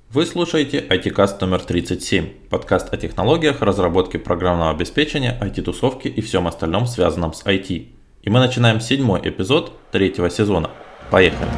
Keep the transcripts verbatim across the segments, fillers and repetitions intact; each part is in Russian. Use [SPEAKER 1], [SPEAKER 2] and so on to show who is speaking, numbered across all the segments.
[SPEAKER 1] Вы слушаете ай ти-каст номер тридцать семь, подкаст о технологиях, разработке программного обеспечения, ай ти-тусовке и всем остальном, связанном с ай ти. И мы начинаем седьмой эпизод третьего сезона. Поехали!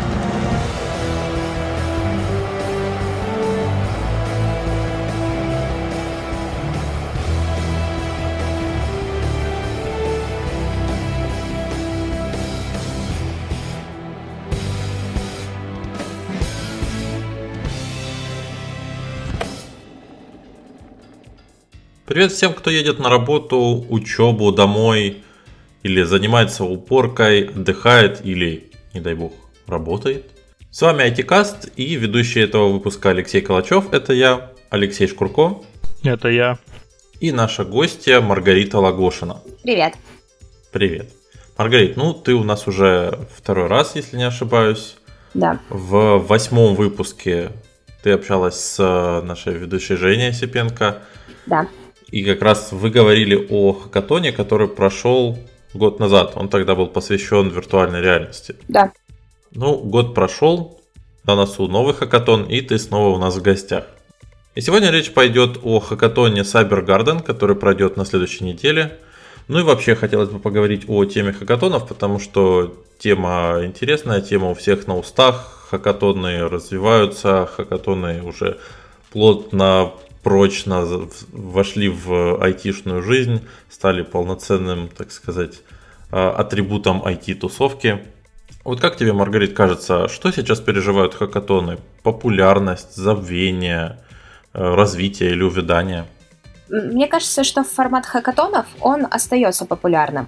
[SPEAKER 1] Привет всем, кто едет на работу, учебу, домой, или занимается уборкой, отдыхает, или, не дай бог, работает. С вами ай ти-каст и ведущий этого выпуска Алексей Калачев, это я, Алексей Шкурко.
[SPEAKER 2] Это я.
[SPEAKER 1] И наша гостья Маргарита Лагошина.
[SPEAKER 3] Привет.
[SPEAKER 1] Привет. Маргарит, ну ты у нас уже второй раз, если не ошибаюсь.
[SPEAKER 3] Да.
[SPEAKER 1] В восьмом выпуске ты общалась с нашей ведущей Женей Осипенко.
[SPEAKER 3] Да.
[SPEAKER 1] И как раз вы говорили о хакатоне, который прошел год назад. Он тогда был посвящен виртуальной реальности.
[SPEAKER 3] Да.
[SPEAKER 1] Ну, год прошел, на носу новый хакатон, и ты снова у нас в гостях. И сегодня речь пойдет о хакатоне Cyber Garden, который пройдет на следующей неделе. Ну и вообще хотелось бы поговорить о теме хакатонов, потому что тема интересная, тема у всех на устах. Хакатоны развиваются, хакатоны уже плотно, прочно вошли в айтишную жизнь, стали полноценным, так сказать, атрибутом ай ти-тусовки. Вот как тебе, Маргарит, кажется, что сейчас переживают хакатоны? Популярность, забвение, развитие или увядание?
[SPEAKER 3] Мне кажется, что формат хакатонов, он остается популярным,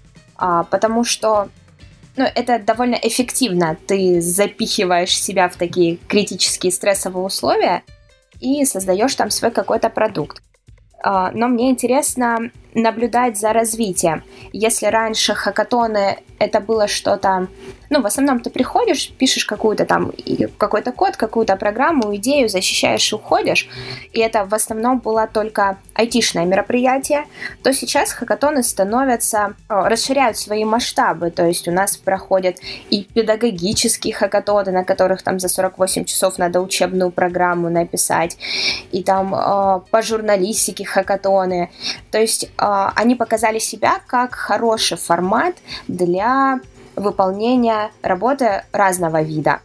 [SPEAKER 3] потому что ну, это довольно эффективно. Ты запихиваешь себя в такие критические стрессовые условия и создаешь там свой какой-то продукт. Но мне интересно наблюдать за развитием. Если раньше хакатоны это было что-то... Ну, в основном ты приходишь, пишешь какую-то там, какой-то код, какую-то программу, идею, защищаешь и уходишь, и это в основном было только айтишное мероприятие, то сейчас хакатоны становятся, расширяют свои масштабы, то есть у нас проходят и педагогические хакатоны, на которых там за сорок восемь часов надо учебную программу написать, и там по журналистике хакатоны, то есть они показали себя как хороший формат для выполнения работы разного вида.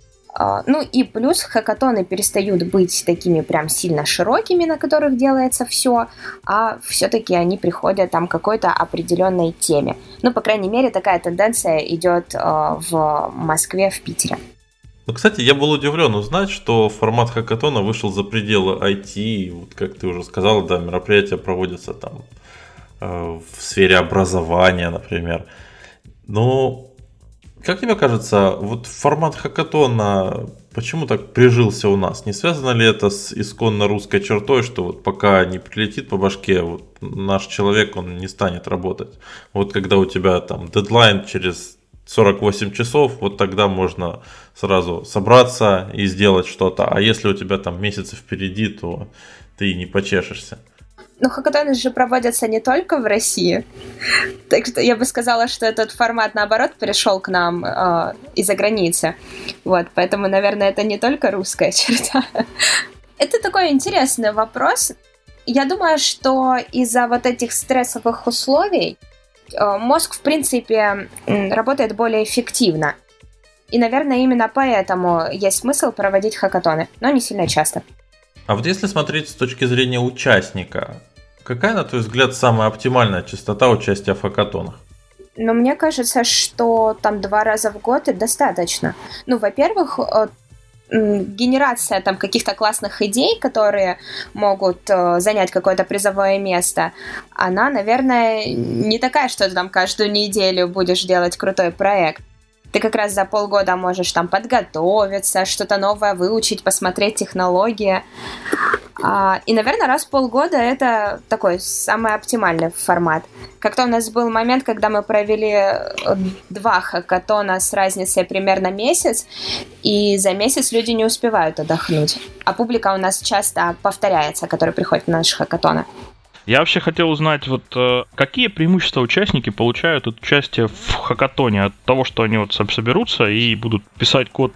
[SPEAKER 3] Ну и плюс хакатоны перестают быть такими прям сильно широкими, на которых делается все, а все-таки они приходят там к какой-то определенной теме. Ну, по крайней мере, такая тенденция идет в Москве, в Питере.
[SPEAKER 1] Ну, кстати, я был удивлен узнать, что формат хакатона вышел за пределы ай ти. Вот как ты уже сказал, да, мероприятия проводятся там в сфере образования, например. Но, как тебе кажется, вот формат хакатона почему так прижился у нас? Не связано ли это с исконно русской чертой, что вот пока не прилетит по башке, вот наш человек, он не станет работать? Вот когда у тебя там дедлайн через сорок восемь часов, вот тогда можно сразу собраться и сделать что-то. А если у тебя там месяцы впереди, то ты не почешешься.
[SPEAKER 3] Ну, хакатоны же проводятся не только в России, так что я бы сказала, что этот формат, наоборот, перешел к нам э, из-за границы. Вот, поэтому, наверное, это не только русская черта. Это такой интересный вопрос. Я думаю, что из-за вот этих стрессовых условий э, мозг, в принципе, работает более эффективно. И, наверное, именно поэтому есть смысл проводить хакатоны, но не сильно часто.
[SPEAKER 1] А вот если смотреть с точки зрения участника, какая, на твой взгляд, самая оптимальная частота участия в хакатонах?
[SPEAKER 3] Ну, мне кажется, что там два раза в год и достаточно. Ну, во-первых, генерация там каких-то классных идей, которые могут занять какое-то призовое место, она, наверное, не такая, что ты там каждую неделю будешь делать крутой проект. Ты как раз за полгода можешь там подготовиться, что-то новое выучить, посмотреть технологии. И, наверное, раз в полгода это такой самый оптимальный формат. Как-то у нас был момент, когда мы провели два хакатона с разницей примерно месяц, и за месяц люди не успевают отдохнуть. А публика у нас часто повторяется, которая приходит на наши хакатоны.
[SPEAKER 2] Я вообще хотел узнать, вот какие преимущества участники получают от участия в хакатоне, от того, что они вот соберутся и будут писать код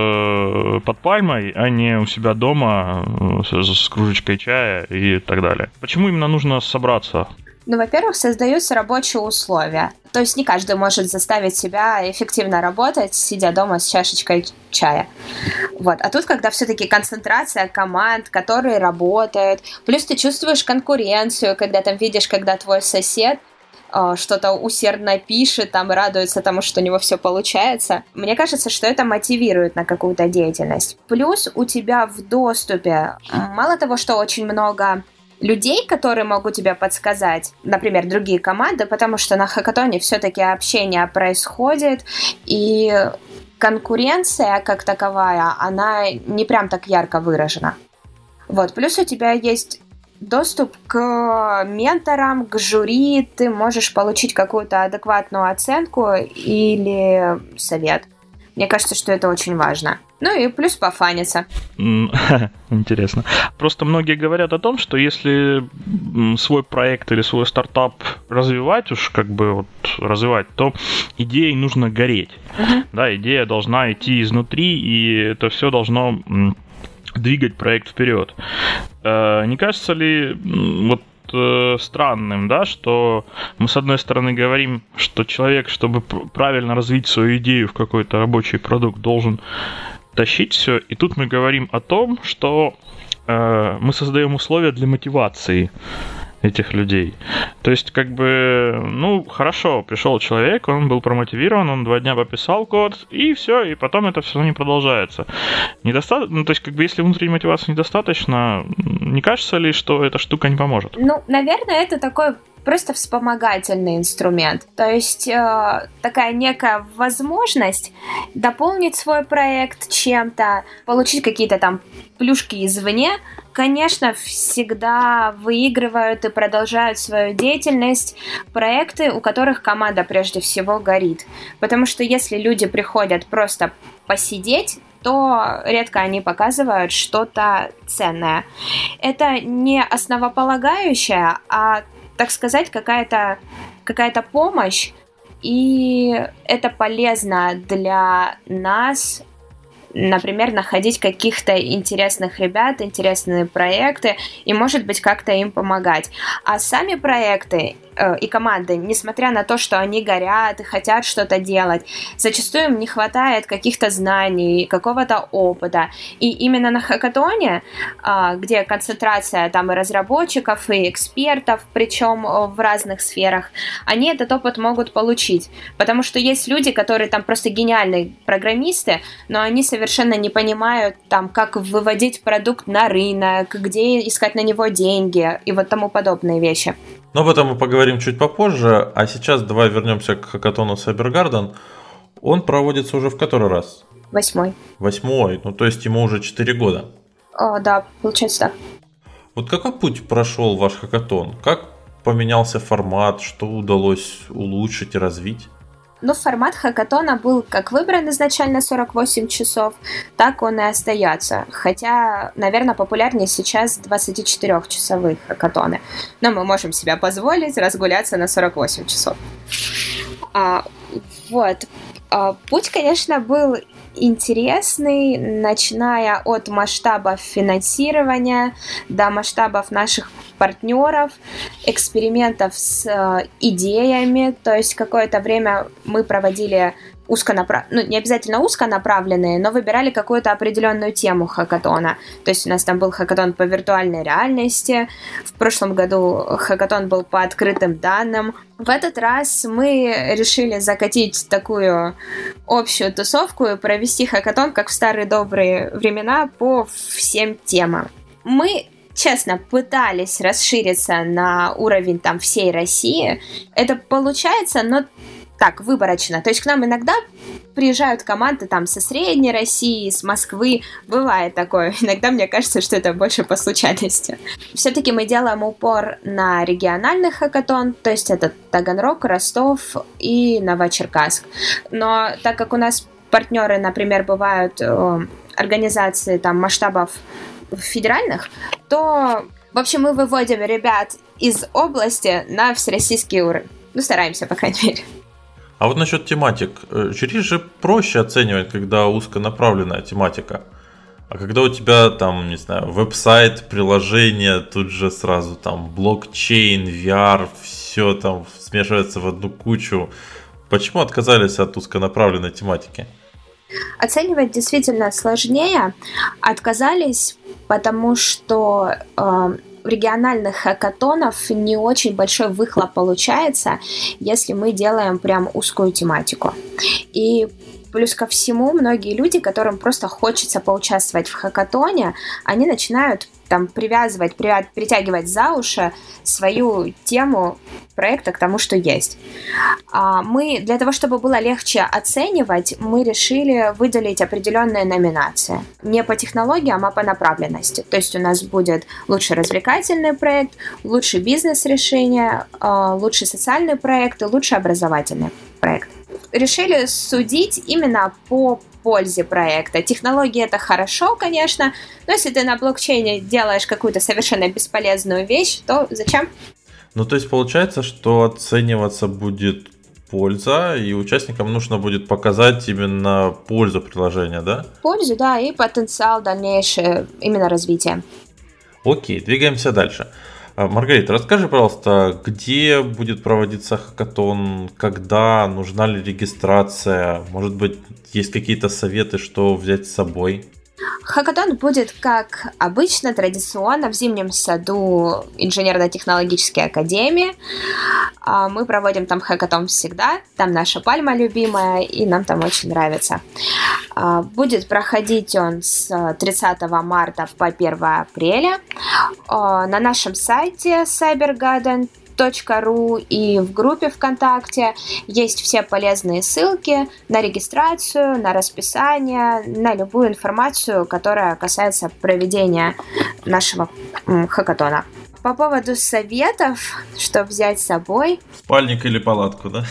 [SPEAKER 2] под пальмой, а не у себя дома с кружечкой чая и так далее. Почему именно нужно собраться?
[SPEAKER 3] Ну, во-первых, создаются рабочие условия. То есть не каждый может заставить себя эффективно работать, сидя дома с чашечкой чая. Вот. А тут, когда все-таки концентрация команд, которые работают, плюс ты чувствуешь конкуренцию, когда там видишь, когда твой сосед э, что-то усердно пишет, там радуется тому, что у него все получается. Мне кажется, что это мотивирует на какую-то деятельность. Плюс у тебя в доступе мало того, что очень много людей, которые могут тебе подсказать, например, другие команды, потому что на хакатоне все-таки общение происходит, и конкуренция как таковая, она не прям так ярко выражена. Вот. Плюс у тебя есть доступ к менторам, к жюри, ты можешь получить какую-то адекватную оценку или совет. Мне кажется, что это очень важно. Ну и плюс пофаниться.
[SPEAKER 2] Интересно. Просто многие говорят о том, что если свой проект или свой стартап развивать, уж как бы вот развивать, то идеей нужно гореть. Uh-huh. Да, идея должна идти изнутри, и это все должно двигать проект вперед. Не кажется ли вот странным, да, что мы с одной стороны говорим, что человек, чтобы правильно развить свою идею в какой-то рабочий продукт, должен тащить все, и тут мы говорим о том, что э, мы создаем условия для мотивации этих людей. То есть, как бы, ну, хорошо, пришел человек, он был промотивирован, он два дня пописал код, и все, и потом это все не продолжается. Недостаточно, ну, то есть, как бы, если внутренней мотивации недостаточно, не кажется ли, что эта штука не поможет?
[SPEAKER 3] Ну, наверное, это такой просто вспомогательный инструмент. То есть э, такая некая возможность дополнить свой проект чем-то, получить какие-то там плюшки извне. Конечно, всегда выигрывают и продолжают свою деятельность проекты, у которых команда прежде всего горит. Потому что если люди приходят просто посидеть, то редко они показывают что-то ценное. Это не основополагающее, а, так сказать, какая-то, какая-то помощь, и это полезно для нас, например, находить каких-то интересных ребят, интересные проекты, и, может быть, как-то им помогать. А сами проекты э, и команды, несмотря на то, что они горят и хотят что-то делать, зачастую им не хватает каких-то знаний, какого-то опыта. И именно на хакатоне, э, где концентрация там и разработчиков, и экспертов, причем в разных сферах, они этот опыт могут получить. Потому что есть люди, которые там просто гениальные программисты, но они совершенно совершенно не понимают, там, как выводить продукт на рынок, где искать на него деньги и вот тому подобные вещи.
[SPEAKER 1] Но об этом мы поговорим чуть попозже, а сейчас давай вернемся к хакатону Cybergarden. Он проводится уже в который раз?
[SPEAKER 3] Восьмой.
[SPEAKER 1] Восьмой, ну то есть ему уже четыре года.
[SPEAKER 3] О, да, получается так.
[SPEAKER 1] Вот какой путь прошел ваш хакатон? Как поменялся формат, что удалось улучшить и развить?
[SPEAKER 3] Ну, формат хакатона был как выбран изначально сорок восемь часов, так он и остается. Хотя, наверное, популярнее сейчас двадцатичетырёхчасовые хакатоны. Но мы можем себе позволить разгуляться на сорок восемь часов. А, вот. А, путь, конечно, был интересный, начиная от масштабов финансирования до масштабов наших партнеров, экспериментов с э, идеями. То есть какое-то время мы проводили узконаправленные, ну, не обязательно узконаправленные, но выбирали какую-то определенную тему хакатона. То есть у нас там был хакатон по виртуальной реальности, в прошлом году хакатон был по открытым данным. В этот раз мы решили закатить такую общую тусовку и провести хакатон, как в старые добрые времена, по всем темам. Мы, честно, пытались расшириться на уровень там всей России. Это получается, но так, выборочно. То есть к нам иногда приезжают команды там со Средней России, с Москвы. Бывает такое. Иногда мне кажется, что это больше по случайности. Все-таки мы делаем упор на региональный хакатон, то есть это Таганрог, Ростов и Новочеркасск. Но так как у нас партнеры, например, бывают э, организации там масштабов федеральных, то, в общем, мы выводим ребят из области на всероссийский уровень. Ну, стараемся, по крайней мере.
[SPEAKER 1] А вот насчет тематик. Жюри же проще оценивать, когда узконаправленная тематика. А когда у тебя там, не знаю, веб-сайт, приложение, тут же сразу там блокчейн, ви ар, все там смешивается в одну кучу. Почему отказались от узконаправленной тематики?
[SPEAKER 3] Оценивать действительно сложнее. Отказались, потому что э, в региональных хакатонов не очень большой выхлоп получается, если мы делаем прям узкую тематику. И плюс ко всему, многие люди, которым просто хочется поучаствовать в хакатоне, они начинают там привязывать, при, притягивать за уши свою тему проекта к тому, что есть. А мы, для того, чтобы было легче оценивать, мы решили выделить определенные номинации. Не по технологиям, а по направленности. То есть у нас будет лучший развлекательный проект, лучший бизнес-решение, лучший социальный проект и лучший образовательный проект. Решили судить именно по пользе проекта. Технологии — это хорошо, конечно, но если ты на блокчейне делаешь какую-то совершенно бесполезную вещь, то зачем?
[SPEAKER 1] Ну, то есть получается, что оцениваться будет польза, и участникам нужно будет показать именно пользу приложения, да?
[SPEAKER 3] Пользу, да, и потенциал дальнейшего именно развития.
[SPEAKER 1] Окей, двигаемся дальше. Маргарита, расскажи, пожалуйста, где будет проводиться хакатон, когда, нужна ли регистрация, может быть, есть какие-то советы, что взять с собой?
[SPEAKER 3] Хакатон будет, как обычно, традиционно, в Зимнем саду инженерно-технологической академии. Мы проводим там хакатон всегда, там наша пальма любимая, и нам там очень нравится. Будет проходить он с тридцатого марта по первого апреля. На нашем сайте cybergarden точка ру и в группе ВКонтакте есть все полезные ссылки на регистрацию, на расписание, на любую информацию, которая касается проведения нашего хакатона. По поводу советов, что взять с собой.
[SPEAKER 1] Спальник или палатку, да?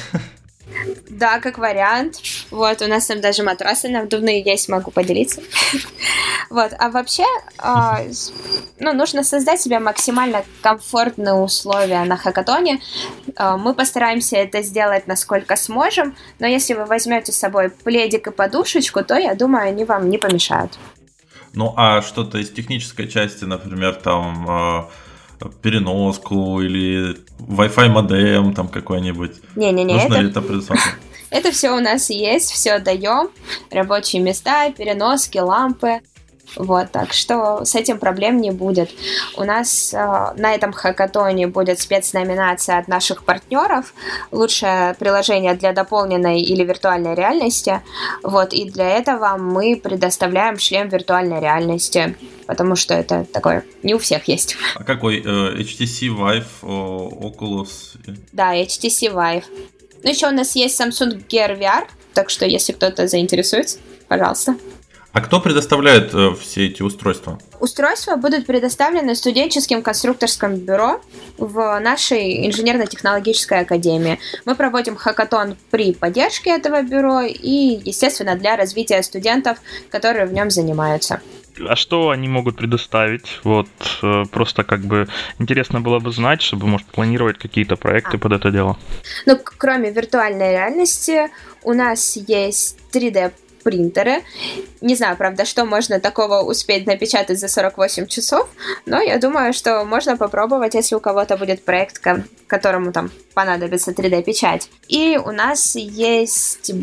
[SPEAKER 3] Да, как вариант. Вот, у нас там даже матрасы надувные есть, могу поделиться. Вот, а вообще, э, ну, нужно создать себе максимально комфортные условия на хакатоне. Э, мы постараемся это сделать, насколько сможем, но если вы возьмете с собой пледик и подушечку, то, я думаю, они вам не помешают.
[SPEAKER 1] Ну, а что-то из технической части, например, там... Э... переноску или Wi-Fi модем там какой-нибудь.
[SPEAKER 3] Не-не-не.
[SPEAKER 1] Нужно
[SPEAKER 3] это...
[SPEAKER 1] ли это предусмотреть?
[SPEAKER 3] Это все у нас есть, все даем. Рабочие места, переноски, лампы. Вот, так что с этим проблем не будет. У нас э, на этом хакатоне будет спецноминация от наших партнеров. Лучшее приложение для дополненной или виртуальной реальности. Вот, и для этого мы предоставляем шлем виртуальной реальности, потому что это такое не у всех есть.
[SPEAKER 1] А какой? Э, эйч ти си Vive, Oculus?
[SPEAKER 3] Да, эйч ти си Vive. Ну, еще у нас есть Samsung Gear ви ар, так что если кто-то заинтересуется, пожалуйста.
[SPEAKER 1] А кто предоставляет э, все эти устройства?
[SPEAKER 3] Устройства будут предоставлены студенческим конструкторским бюро в нашей инженерно-технологической академии. Мы проводим хакатон при поддержке этого бюро и, естественно, для развития студентов, которые в нем занимаются.
[SPEAKER 2] А что они могут предоставить? Вот просто как бы интересно было бы знать, чтобы, может, планировать какие-то проекты а. под это дело.
[SPEAKER 3] Ну, кроме виртуальной реальности, у нас есть три дэ принтеры. Не знаю, правда, что можно такого успеть напечатать за сорок восемь часов, но я думаю, что можно попробовать, если у кого-то будет проект, которому там понадобится три дэ-печать. И у нас есть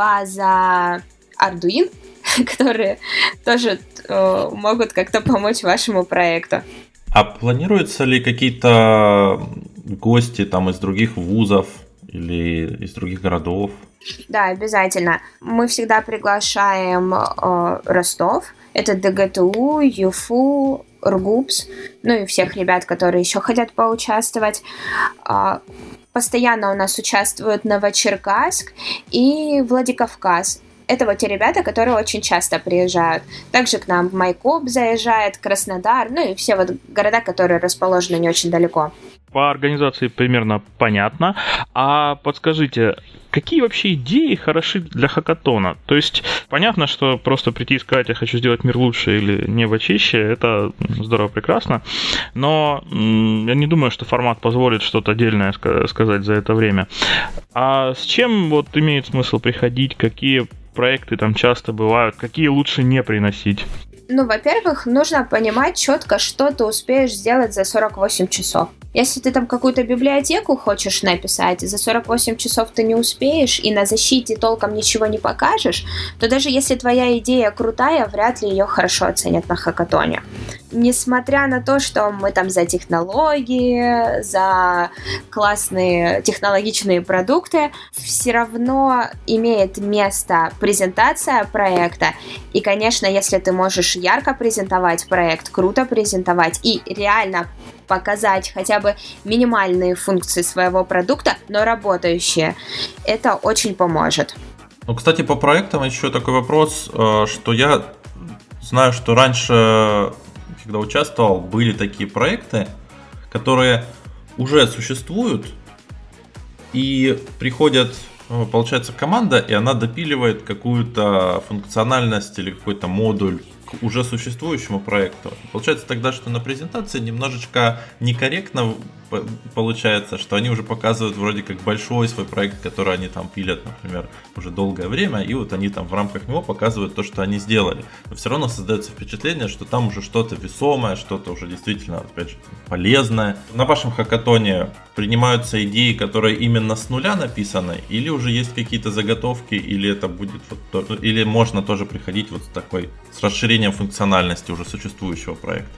[SPEAKER 3] база Arduino, которые тоже э, могут как-то помочь вашему проекту.
[SPEAKER 1] А планируются ли какие-то гости там из других вузов или из других городов?
[SPEAKER 3] Да, обязательно. Мы всегда приглашаем э, Ростов, это дэ гэ тэ у, ЮФУ, РГУПС, ну и всех ребят, которые еще хотят поучаствовать. Э, постоянно у нас участвуют Новочеркасск и Владикавказ. Это вот те ребята, которые очень часто приезжают. Также к нам Майкоп заезжает, Краснодар, ну и все вот города, которые расположены не очень далеко.
[SPEAKER 2] По по организации примерно понятно. А подскажите, какие вообще идеи хороши для хакатона? То есть понятно, что просто прийти и сказать, я хочу сделать мир лучше или небо чище, это здорово, прекрасно. Но м- я не думаю, что формат позволит что-то отдельное ска- сказать за это время. А с чем вот имеет смысл приходить? Какие проекты там часто бывают? Какие лучше не приносить?
[SPEAKER 3] Ну, во-первых, нужно понимать четко, что ты успеешь сделать за сорок восемь часов. Если ты там какую-то библиотеку хочешь написать, за сорок восемь часов ты не успеешь и на защите толком ничего не покажешь, то даже если твоя идея крутая, вряд ли ее хорошо оценят на хакатоне. Несмотря на то, что мы там за технологии, за классные технологичные продукты, все равно имеет место презентация проекта. И, конечно, если ты можешь ярко презентовать проект, круто презентовать и реально показать хотя бы минимальные функции своего продукта, но работающие, это очень поможет.
[SPEAKER 1] Ну, кстати, по проектам еще такой вопрос, что я знаю, что раньше, когда участвовал, были такие проекты, которые уже существуют, и приходят, получается, команда, и она допиливает какую-то функциональность или какой-то модуль к уже существующему проекту. Получается тогда, что на презентации немножечко некорректно получается, что они уже показывают вроде как большой свой проект, который они там пилят, например, уже долгое время, и вот они там в рамках него показывают то, что они сделали. Но все равно создается впечатление, что там уже что-то весомое, что-то уже действительно, опять же, полезное. На вашем хакатоне принимаются идеи, которые именно с нуля написаны, или уже есть какие-то заготовки, или это будет вот то, или можно тоже приходить вот с такой, с расширением функциональности уже существующего проекта?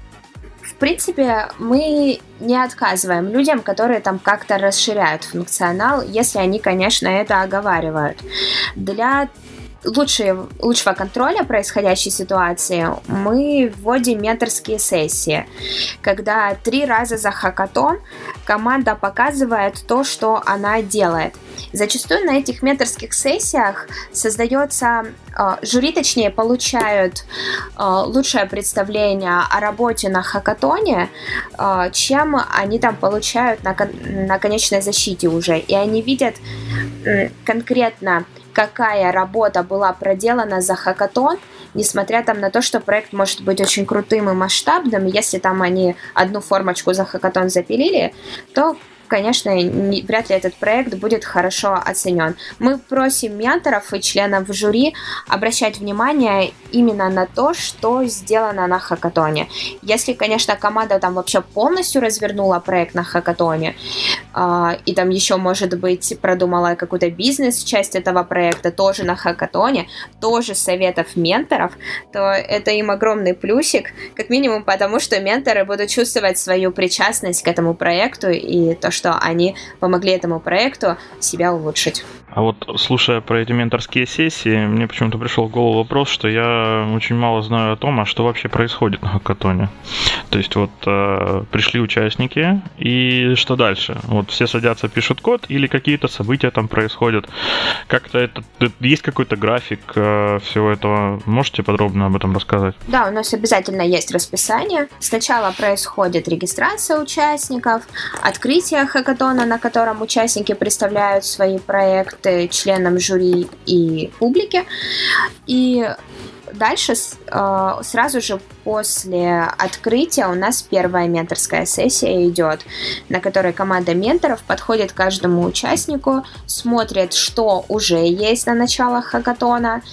[SPEAKER 3] В принципе, мы не отказываем людям, которые там как-то расширяют функционал, если они, конечно, это оговаривают. Для лучшего, лучшего контроля происходящей ситуации мы вводим менторские сессии, когда три раза за хакатон команда показывает то, что она делает. Зачастую на этих менторских сессиях создается, э, жюри, точнее, получают э, лучшее представление о работе на хакатоне, э, чем они там получают на, кон- на конечной защите уже. И они видят э, конкретно, какая работа была проделана за хакатон, несмотря там на то, что проект может быть очень крутым и масштабным. Если там они одну формочку за хакатон запилили, то, конечно, не, вряд ли этот проект будет хорошо оценен. Мы просим менторов и членов жюри обращать внимание именно на то, что сделано на хакатоне. Если, конечно, команда там вообще полностью развернула проект на хакатоне, э, и там еще, может быть, продумала какую-то бизнес-часть этого проекта тоже на хакатоне, тоже советов менторов, то это им огромный плюсик, как минимум потому, что менторы будут чувствовать свою причастность к этому проекту и то, что что они помогли этому проекту себя улучшить.
[SPEAKER 2] А вот, слушая про эти менторские сессии, мне почему-то пришел в голову вопрос, что я очень мало знаю о том, а что вообще происходит на хакатоне. То есть вот э, пришли участники, и что дальше? Вот все садятся, пишут код, или какие-то события там происходят? Как-то это, есть какой-то график э, всего этого? Можете подробно об этом рассказать?
[SPEAKER 3] Да, у нас обязательно есть расписание. Сначала происходит регистрация участников, открытие хакатона, на котором участники представляют свои проекты членам жюри и публике. И дальше сразу же после открытия у нас первая менторская сессия идет, на которой команда менторов подходит к каждому участнику, смотрит, что уже есть на начало хакатона,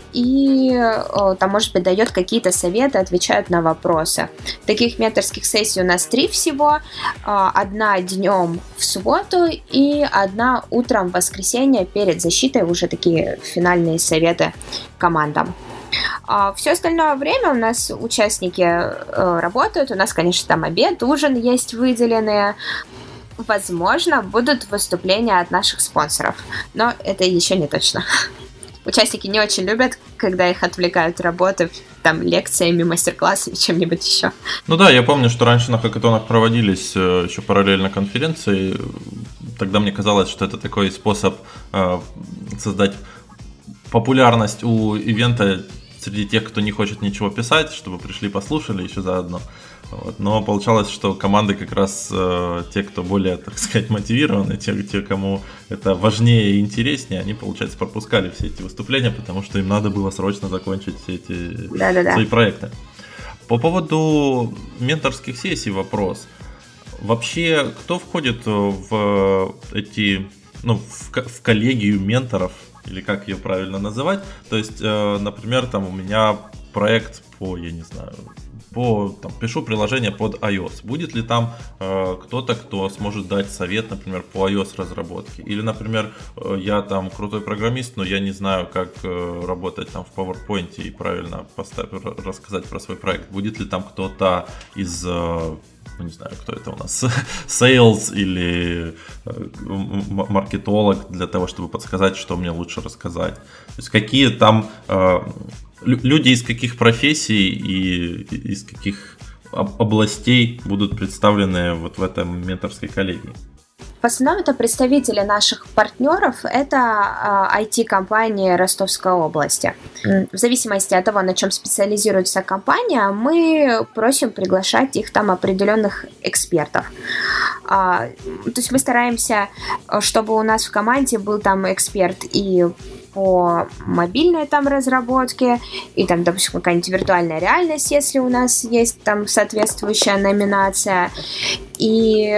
[SPEAKER 3] и там, может быть, дает какие-то советы, отвечают на вопросы. Таких менторских сессий у нас три всего. Одна днем в субботу и одна утром в воскресенье перед защитой, уже такие финальные советы командам. Все остальное время у нас участники э, работают. У нас, конечно, там обед, ужин есть выделенные. Возможно, будут выступления от наших спонсоров, но это еще не точно. Участники не очень любят, когда их отвлекают работы, там, лекциями, мастер-классами, чем-нибудь еще.
[SPEAKER 1] Ну да, я помню, что раньше на хакатонах проводились еще параллельно конференции. Тогда мне казалось, что это такой способ э, создать популярность у ивента среди тех, кто не хочет ничего писать, чтобы пришли, послушали еще заодно. Вот. Но получалось, что команды как раз э, те, кто более, так сказать, мотивированы, те, те, кому это важнее и интереснее, они, получается, пропускали все эти выступления, потому что им надо было срочно закончить все эти Да-да-да. свои проекты. По поводу менторских сессий вопрос. Вообще, кто входит в эти, ну, в, в коллегию менторов, или как ее правильно называть? То есть, э, например, там у меня проект по, я не знаю, по, там, пишу приложение под iOS. Будет ли там э, кто-то, кто сможет дать совет, например, по iOS разработке? Или, например, э, я там крутой программист, но я не знаю, как э, работать там в PowerPoint и правильно поставить, рассказать про свой проект. Будет ли там кто-то из, э, ну, не знаю, кто это у нас, sales или э, маркетолог для того, чтобы подсказать, что мне лучше рассказать? То есть какие там... Э, Люди из каких профессий и из каких областей будут представлены вот в этом менторской коллегии?
[SPEAKER 3] В основном это представители наших партнеров, это ай ти-компании Ростовской области. В зависимости от того, на чем специализируется компания, мы просим приглашать их там определенных экспертов. То есть мы стараемся, чтобы у нас в команде был там эксперт и по мобильной там разработке, и там, допустим, какая-нибудь виртуальная реальность, если у нас есть там соответствующая номинация. И,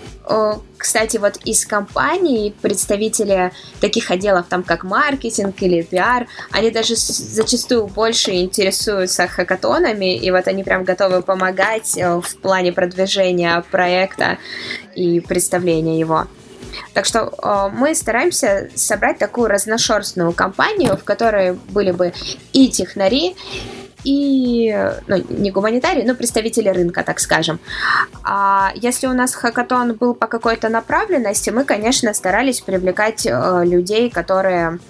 [SPEAKER 3] кстати, вот из компаний представители таких отделов, там, как маркетинг или пиар, они даже зачастую больше интересуются хакатонами, и вот они прям готовы помогать в плане продвижения проекта и представления его. Так что э, мы стараемся собрать такую разношерстную компанию, в которой были бы и технари, и, ну, не гуманитарии, но представители рынка, так скажем. А если у нас хакатон был по какой-то направленности, мы, конечно, старались привлекать э, людей, которые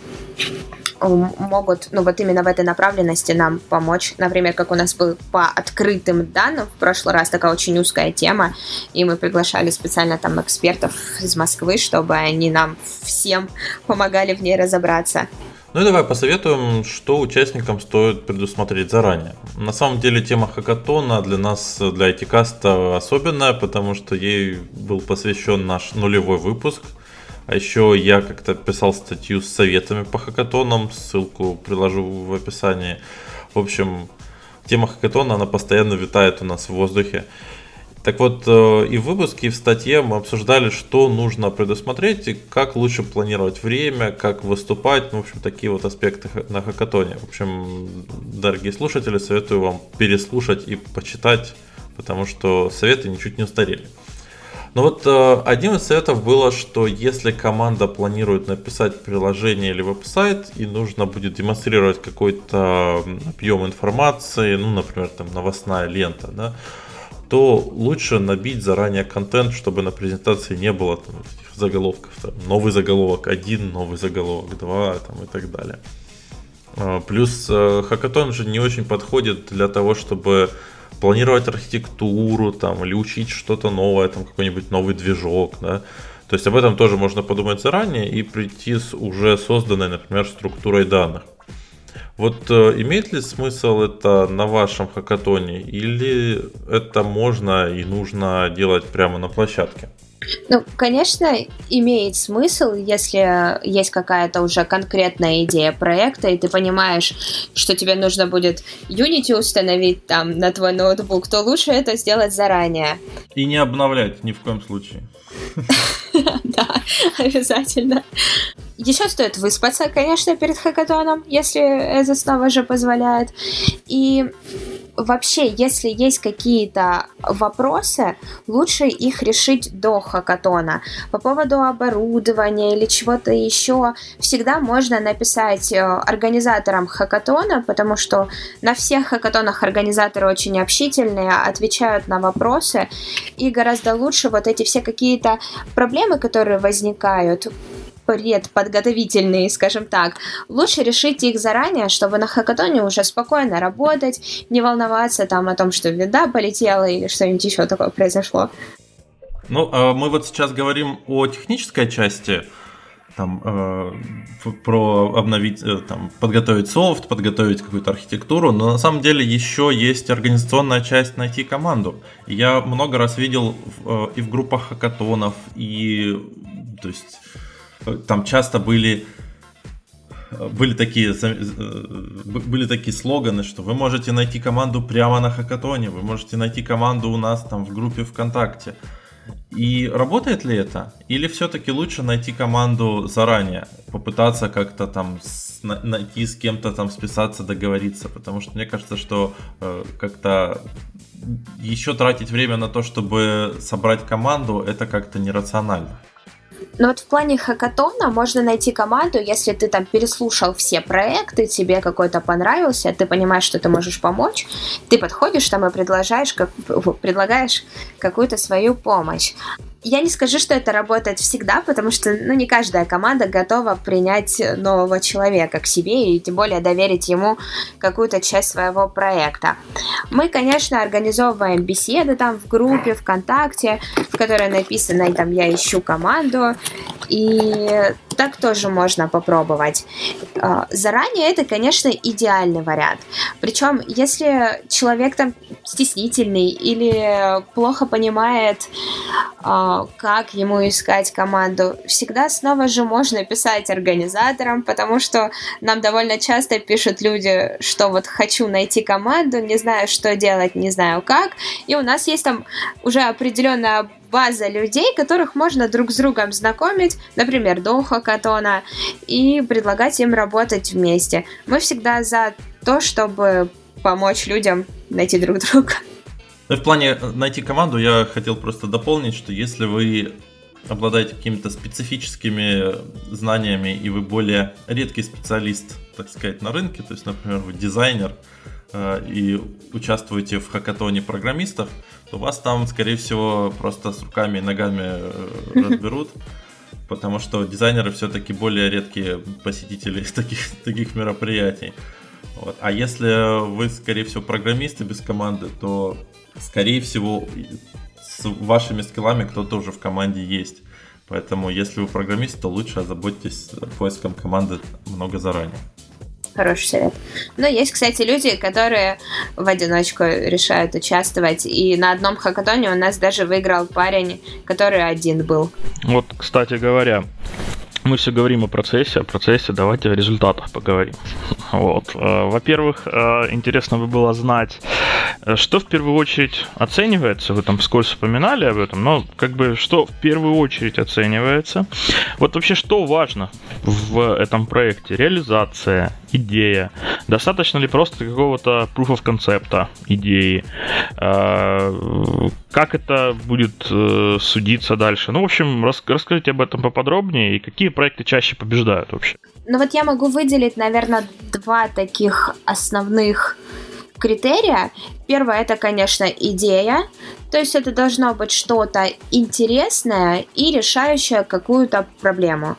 [SPEAKER 3] могут, ну, вот именно в этой направленности нам помочь. Например, как у нас был по открытым данным в прошлый раз, такая очень узкая тема, и мы приглашали специально там экспертов из Москвы, чтобы они нам всем помогали в ней разобраться.
[SPEAKER 1] Ну и давай посоветуем, что участникам стоит предусмотреть заранее. На самом деле тема хакатона для нас, для ай ти-каста особенная, потому что ей был посвящен наш нулевой выпуск. А еще я как-то писал статью с советами по хакатонам, ссылку приложу в описании. В общем, тема хакатона, она постоянно витает у нас в воздухе. Так вот, и в выпуске, и в статье мы обсуждали, что нужно предусмотреть, и как лучше планировать время, как выступать, ну, в общем, такие вот аспекты на хакатоне. В общем, дорогие слушатели, советую вам переслушать и почитать, потому что советы ничуть не устарели. Но вот э, один из советов было, что если команда планирует написать приложение или веб-сайт, и нужно будет демонстрировать какой-то объем информации, ну, например, там новостная лента, да, то лучше набить заранее контент, чтобы на презентации не было там этих заголовков. Там, новый заголовок один, новый заголовок два там, и так далее. Э, плюс э, хакатон же не очень подходит для того, чтобы планировать архитектуру там, или учить что-то новое, там, какой-нибудь новый движок, да. То есть об этом тоже можно подумать заранее и прийти с уже созданной, например, структурой данных. Вот э, имеет ли смысл это на вашем хакатоне, или это можно и нужно делать прямо на площадке?
[SPEAKER 3] Ну, конечно, имеет смысл, если есть какая-то уже конкретная идея проекта, и ты понимаешь, что тебе нужно будет Unity установить там на твой ноутбук, то лучше это сделать заранее.
[SPEAKER 1] И не обновлять ни в коем случае.
[SPEAKER 3] Да, обязательно. Еще стоит выспаться, конечно, перед хакатоном, если это снова же позволяет. И вообще, если есть какие-то вопросы, лучше их решить до хакатона. По поводу оборудования или чего-то еще, всегда можно написать организаторам хакатона, потому что на всех хакатонах организаторы очень общительные, отвечают на вопросы, и гораздо лучше вот эти все какие-то проблемы, которые возникают, предподготовительные, скажем так, лучше решить их заранее, чтобы на хакатоне уже спокойно работать, не волноваться там о том, что винда полетела или что-нибудь еще такое произошло.
[SPEAKER 1] Ну, мы вот сейчас говорим о технической части. там, э, про обновить, э, там, подготовить софт, подготовить какую-то архитектуру, но на самом деле еще есть организационная часть найти команду. Я много раз видел в, э, и в группах хакатонов, и то есть э, там часто были были такие, были такие слоганы, что вы можете найти команду прямо на хакатоне, вы можете найти команду у нас там в группе ВКонтакте. И работает ли это? Или все-таки лучше найти команду заранее, попытаться как-то там с, найти с кем-то там списаться, договориться? Потому что мне кажется, что э, как-то еще тратить время на то, чтобы собрать команду, это как-то нерационально.
[SPEAKER 3] Но вот в плане хакатона можно найти команду, если ты там переслушал все проекты, тебе какой-то понравился, ты понимаешь, что ты можешь помочь, ты подходишь там и предлагаешь, как, предлагаешь какую-то свою помощь. Я не скажу, что это работает всегда, потому что ну, не каждая команда готова принять нового человека к себе и тем более доверить ему какую-то часть своего проекта. Мы, конечно, организовываем беседы там в группе ВКонтакте, в которой написано там «Я ищу команду», и так тоже можно попробовать. Заранее это, конечно, идеальный вариант. Причем, если человек там стеснительный или плохо понимает, как ему искать команду, всегда снова же можно писать организаторам, потому что нам довольно часто пишут люди, что вот хочу найти команду, не знаю, что делать, не знаю как, и у нас есть там уже определенная база людей, которых можно друг с другом знакомить, например, до хакатона, и предлагать им работать вместе. Мы всегда за то, чтобы помочь людям найти друг друга.
[SPEAKER 1] В плане найти команду я хотел просто дополнить, что если вы обладаете какими-то специфическими знаниями и вы более редкий специалист, так сказать, на рынке, то есть, например, вы дизайнер э, и участвуете в хакатоне программистов, то вас там, скорее всего, просто с руками и ногами э, разберут, потому что дизайнеры все-таки более редкие посетители таких, таких мероприятий. Вот. А если вы, скорее всего, программисты без команды, то, скорее всего, с вашими скиллами кто-то уже в команде есть. Поэтому, если вы программист, то лучше озаботьтесь поиском команды много заранее.
[SPEAKER 3] Хороший совет. Но есть, кстати, люди, которые в одиночку решают участвовать. И на одном хакатоне у нас даже выиграл парень, который один был.
[SPEAKER 2] Вот, кстати говоря, мы все говорим о процессе, о процессе, давайте о результатах поговорим. Вот. Во-первых, интересно бы было знать, что в первую очередь оценивается, вы там вскользь вспоминали об этом, но как бы что в первую очередь оценивается. Вот вообще что важно в этом проекте? Реализация, идея. Достаточно ли просто какого-то proof of concept идеи? Как это будет судиться дальше? Ну, в общем, расскажите об этом поподробнее и какие проекты чаще побеждают вообще?
[SPEAKER 3] Ну вот я могу выделить, наверное, два таких основных критерия. Первое, это, конечно, идея. То есть это должно быть что-то интересное и решающее какую-то проблему.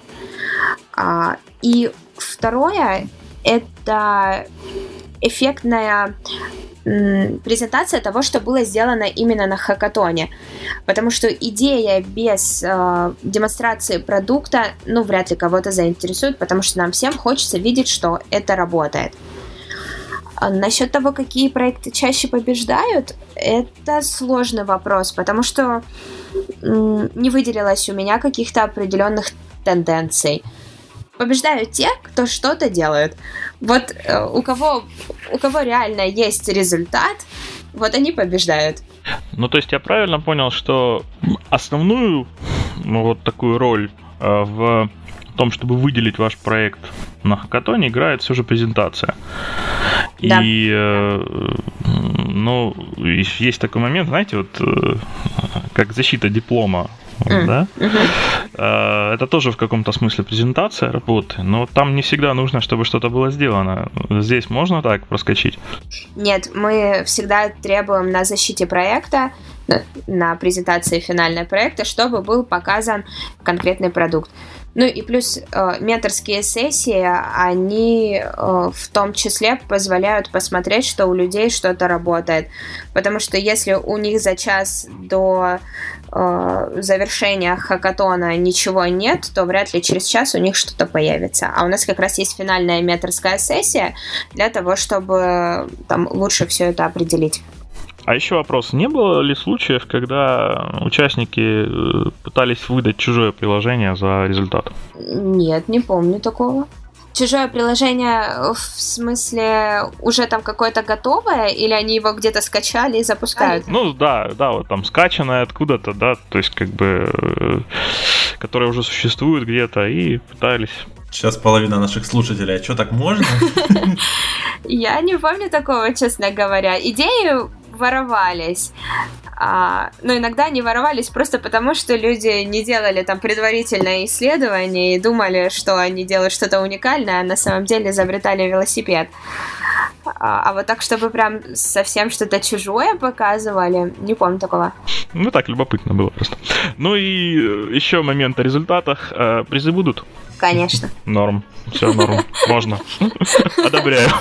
[SPEAKER 3] И второе, это эффектная презентация того, что было сделано именно на хакатоне. Потому что идея без э, демонстрации продукта, ну, вряд ли кого-то заинтересует, потому что нам всем хочется видеть, что это работает. А насчет того, какие проекты чаще побеждают, это сложный вопрос, потому что м- не выделилось у меня каких-то определенных тенденций. Побеждают те, кто что-то делает. Вот э, у кого, у кого реально есть результат, вот они побеждают.
[SPEAKER 2] Ну, то есть я правильно понял, что основную, ну, вот такую роль э, в том, чтобы выделить ваш проект на хакатоне, играет все же презентация. Да. И, э, ну, есть такой момент, знаете, вот э, как защита диплома. Mm. Да? Mm-hmm. Это тоже в каком-то смысле презентация работы, но там не всегда нужно, чтобы что-то было сделано. Здесь можно так проскочить?
[SPEAKER 3] Нет, мы всегда требуем на защите проекта, на презентации финального проекта, чтобы был показан конкретный продукт. Ну и плюс э, менторские сессии, они э, в том числе позволяют посмотреть, что у людей что-то работает. Потому что если у них за час до э, завершения хакатона ничего нет, то вряд ли через час у них что-то появится. А у нас как раз есть финальная менторская сессия для того, чтобы там лучше все это определить.
[SPEAKER 2] А еще вопрос, не было ли случаев, когда участники пытались выдать чужое приложение за результат?
[SPEAKER 3] Нет, не помню такого. Чужое приложение в смысле уже там какое-то готовое, или они его где-то скачали и запускают?
[SPEAKER 2] Ну да, да, вот там скачанное откуда-то, да, то есть как бы, которое уже существует где-то, и пытались...
[SPEAKER 1] Сейчас половина наших слушателей, а что, так можно?
[SPEAKER 3] Я не помню такого, честно говоря. Идеи воровались. А, но иногда они воровались просто потому, что люди не делали там предварительное исследование и думали, что они делают что-то уникальное, а на самом деле изобретали велосипед. А, а вот так, чтобы прям совсем что-то чужое показывали, не помню такого.
[SPEAKER 2] Ну так, любопытно было просто. Ну и еще момент о результатах. Призы будут?
[SPEAKER 3] Конечно.
[SPEAKER 2] Норм. Все норм. Можно. Одобряю.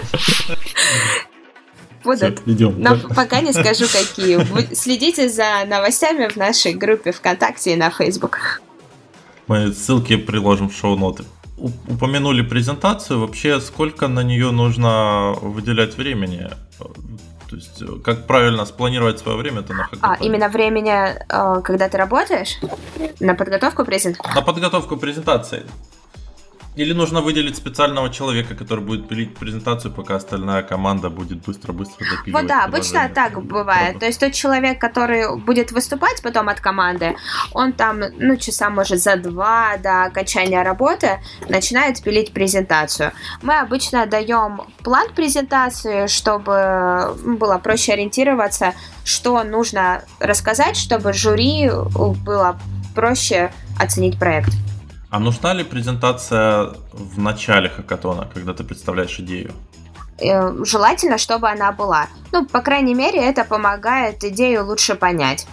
[SPEAKER 3] Будут.
[SPEAKER 1] Все, идем.
[SPEAKER 3] Но пока не скажу, какие. Следите за новостями в нашей группе ВКонтакте и на Facebook.
[SPEAKER 1] Мы ссылки приложим в шоу-ноты. Упомянули презентацию. Вообще, сколько на нее нужно выделять времени? То есть, как правильно спланировать свое время-то на хакатоне?
[SPEAKER 3] А, именно времени, когда ты работаешь? На подготовку презентации?
[SPEAKER 1] На подготовку презентации. Или нужно выделить специального человека, который будет пилить презентацию, пока остальная команда будет быстро-быстро допиливать.
[SPEAKER 3] Вот да, обычно так бывает.
[SPEAKER 1] Правда.
[SPEAKER 3] То есть тот человек, который будет выступать потом от команды, он там, ну, часа, может, за два до окончания работы начинает пилить презентацию. Мы обычно даем план презентации, чтобы было проще ориентироваться, что нужно рассказать, чтобы жюри было проще оценить проект.
[SPEAKER 1] А нужна ли презентация в начале хакатона, когда ты представляешь идею?
[SPEAKER 3] Желательно, чтобы она была. Ну, по крайней мере, это помогает идею лучше понять.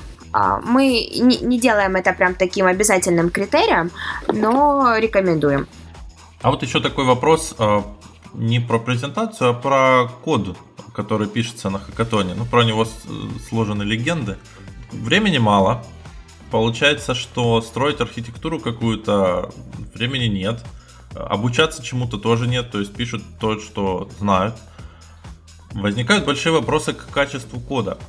[SPEAKER 3] Мы не делаем это прям таким обязательным критерием, но рекомендуем.
[SPEAKER 1] А вот еще такой вопрос, не про презентацию, а про код, который пишется на хакатоне. Ну, про него сложены легенды. Времени мало. Получается, что строить архитектуру какую-то времени нет. Обучаться чему-то тоже нет. То есть пишут то, что знают. Возникают большие вопросы к качеству кода.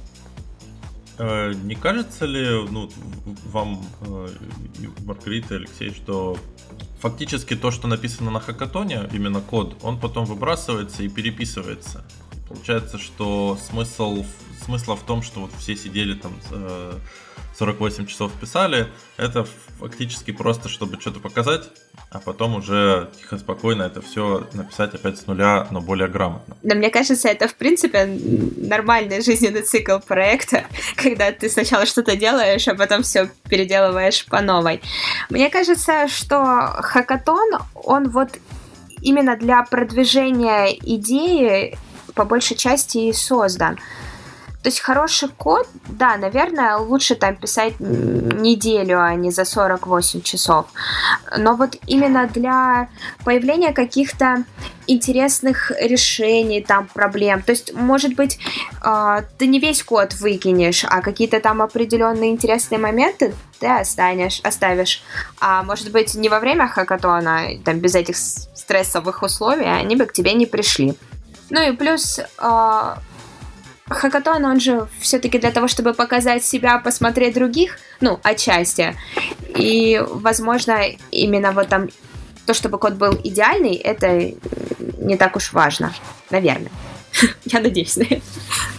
[SPEAKER 1] Не кажется ли, ну, вам, Маргарита и Алексей, что фактически то, что написано на хакатоне, именно код, он потом выбрасывается и переписывается? Получается, что смысл, смысла в том, что вот все сидели там сорок восемь часов писали, это фактически просто, чтобы что-то показать, а потом уже тихо, спокойно это все написать опять с нуля, но более грамотно.
[SPEAKER 3] Но мне кажется, это в принципе нормальный жизненный цикл проекта, когда ты сначала что-то делаешь, а потом все переделываешь по новой. Мне кажется, что хакатон, он вот именно для продвижения идеи по большей части и создан. То есть хороший код, да, наверное, лучше там писать неделю, а не за сорок восемь часов. Но вот именно для появления каких-то интересных решений, там, проблем. То есть, может быть, э, ты не весь код выкинешь, а какие-то там определенные интересные моменты ты останешь, оставишь. А может быть, не во время хакатона, там, без этих стрессовых условий, они бы к тебе не пришли. Ну и плюс... Э, хакатон, он же все-таки для того, чтобы показать себя, посмотреть других, ну, отчасти. И, возможно, именно вот там то, чтобы код был идеальный, это не так уж важно. Наверное. Я надеюсь на это.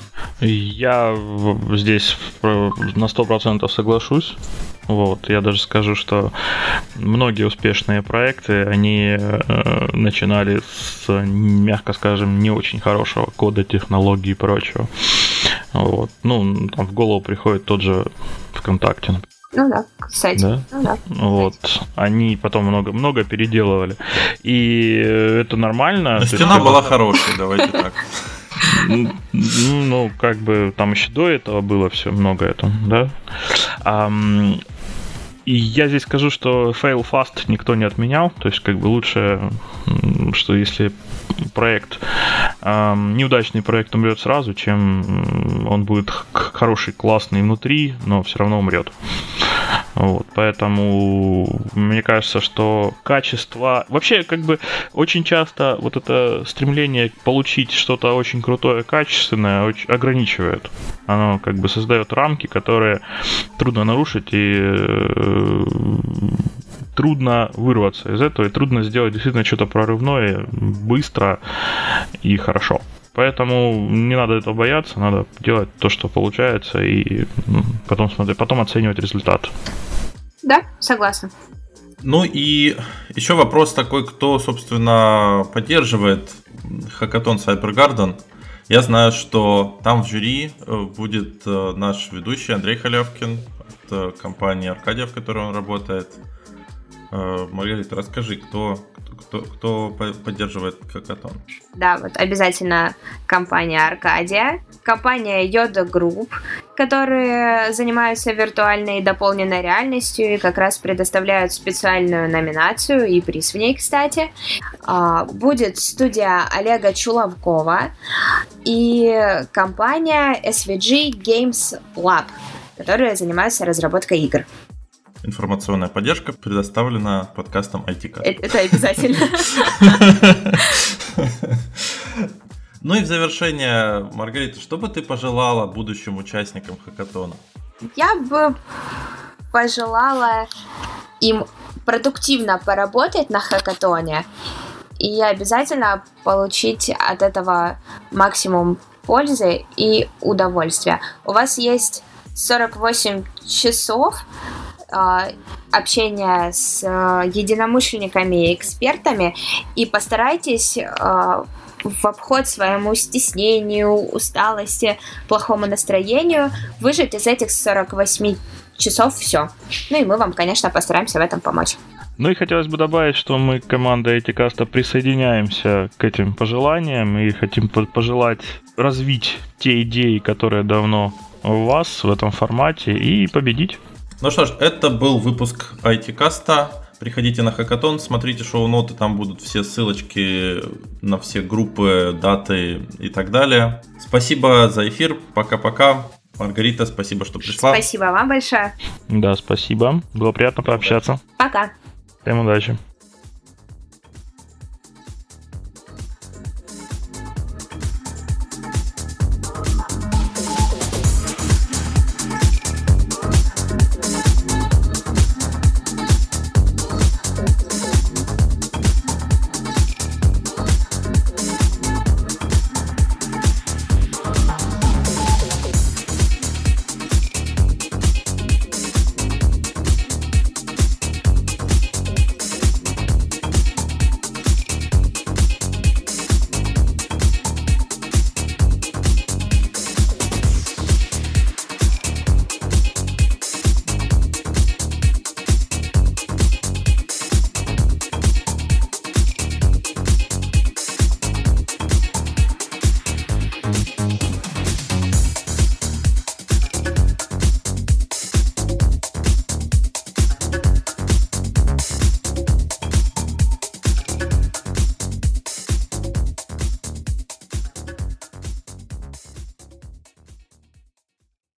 [SPEAKER 2] Я здесь на сто процентов соглашусь. Вот, я даже скажу, что многие успешные проекты, они э, начинали с, мягко скажем, не очень хорошего кода, технологий и прочего. Вот. Ну, там в голову приходит тот же ВКонтакте, например.
[SPEAKER 3] Ну да, кстати.
[SPEAKER 2] Да?
[SPEAKER 3] Ну да.
[SPEAKER 2] Вот. Они потом много-много переделывали. И это нормально.
[SPEAKER 1] Но стена
[SPEAKER 2] есть,
[SPEAKER 1] была хорошей, давайте так.
[SPEAKER 2] Ну, ну, как бы там еще до этого было все много этого, да. А, И я здесь скажу, что fail fast никто не отменял. То есть, как бы лучше, что если проект, э, неудачный проект умрет сразу, чем он будет хороший, классный внутри, но все равно умрет. Вот, поэтому мне кажется, что качество... Вообще, как бы, очень часто вот это стремление получить что-то очень крутое, качественное, очень ограничивает. Оно как бы создает рамки, которые трудно нарушить, и э, трудно вырваться из этого, и трудно сделать действительно что-то прорывное, быстро и хорошо. Поэтому не надо этого бояться, надо делать то, что получается, и потом смотреть, потом оценивать результат.
[SPEAKER 3] Да, согласна.
[SPEAKER 1] Ну и еще вопрос такой, кто, собственно, поддерживает хакатон CyberGarden. Я знаю, что там в жюри будет наш ведущий Андрей Халявкин от компании Аркадия, в которой он работает. Маргарита, расскажи, кто, кто, кто поддерживает хакатон?
[SPEAKER 3] Да, вот обязательно компания Аркадия, компания Yoda Group, которые занимаются виртуальной и дополненной реальностью и как раз предоставляют специальную номинацию и приз в ней, кстати. Будет студия Олега Чуловкова и компания эс ви джи Games Lab, которые занимаются разработкой игр.
[SPEAKER 1] Информационная поддержка предоставлена подкастом ай ти-Cast.
[SPEAKER 3] Это, это обязательно.
[SPEAKER 1] Ну и в завершение, Маргарита, что бы ты пожелала будущим участникам хакатона?
[SPEAKER 3] Я бы пожелала им продуктивно поработать на хакатоне и обязательно получить от этого максимум пользы и удовольствия. У вас есть сорок восемь часов общения с единомышленниками и экспертами, и постарайтесь в обход своему стеснению, усталости, плохому настроению выжать из этих сорок восемь часов все. Ну и мы вам, конечно, постараемся в этом помочь.
[SPEAKER 2] Ну и хотелось бы добавить, что мы, команда ай ти-Cast, присоединяемся к этим пожеланиям и хотим пожелать развить те идеи, которые давно у вас в этом формате, и победить.
[SPEAKER 1] Ну что ж, это был выпуск ай ти-Cast. Приходите на хакатон, смотрите шоу-ноты, там будут все ссылочки на все группы, даты и так далее. Спасибо за эфир, пока-пока. Маргарита, спасибо, что пришла.
[SPEAKER 3] Спасибо вам большое.
[SPEAKER 2] Да, спасибо. Было приятно пообщаться.
[SPEAKER 3] Пока.
[SPEAKER 2] Всем удачи.